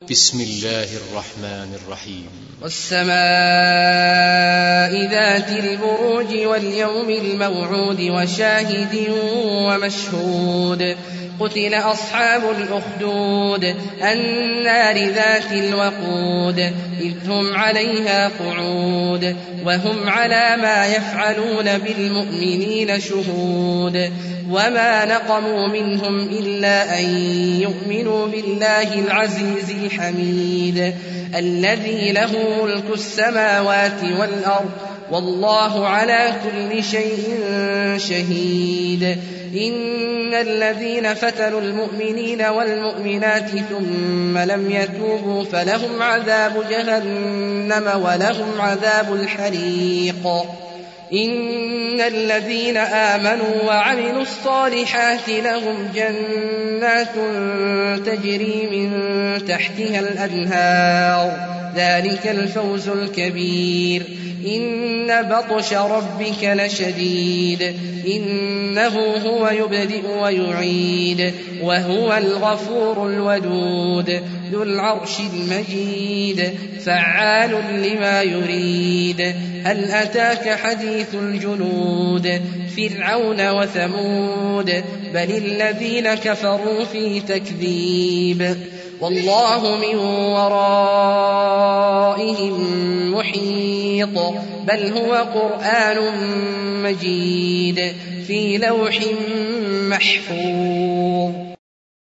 بسم الله الرحمن الرحيم. والسماء ذات البروج واليوم الموعود وشاهد ومشهود. قتل أصحاب الأخدود النار ذات الوقود إذ هم عليها قعود وهم على ما يفعلون بالمؤمنين شهود. وما نقموا منهم إلا أن يؤمنوا بالله العزيز الحميد الذي له ملك السماوات والأرض والله على كل شيء شهيد. إن الذين فتنوا المؤمنين والمؤمنات ثم لم يتوبوا فلهم عذاب جهنم ولهم عذاب الحريق. إن الذين آمنوا وعملوا الصالحات لهم جنات تجري من تحتها الأنهار ذلك الفوز الكبير. إن بطش ربك لشديد إنه هو يبدئ ويعيد وهو الغفور الودود ذو العرش المجيد فعال لما يريد. هل أتاك حديث الجنود فرعون وثمود بل الذين كفروا في تكذيب والله من ورائهم محيط بل هو قرآن مجيد في لوح محفوظ.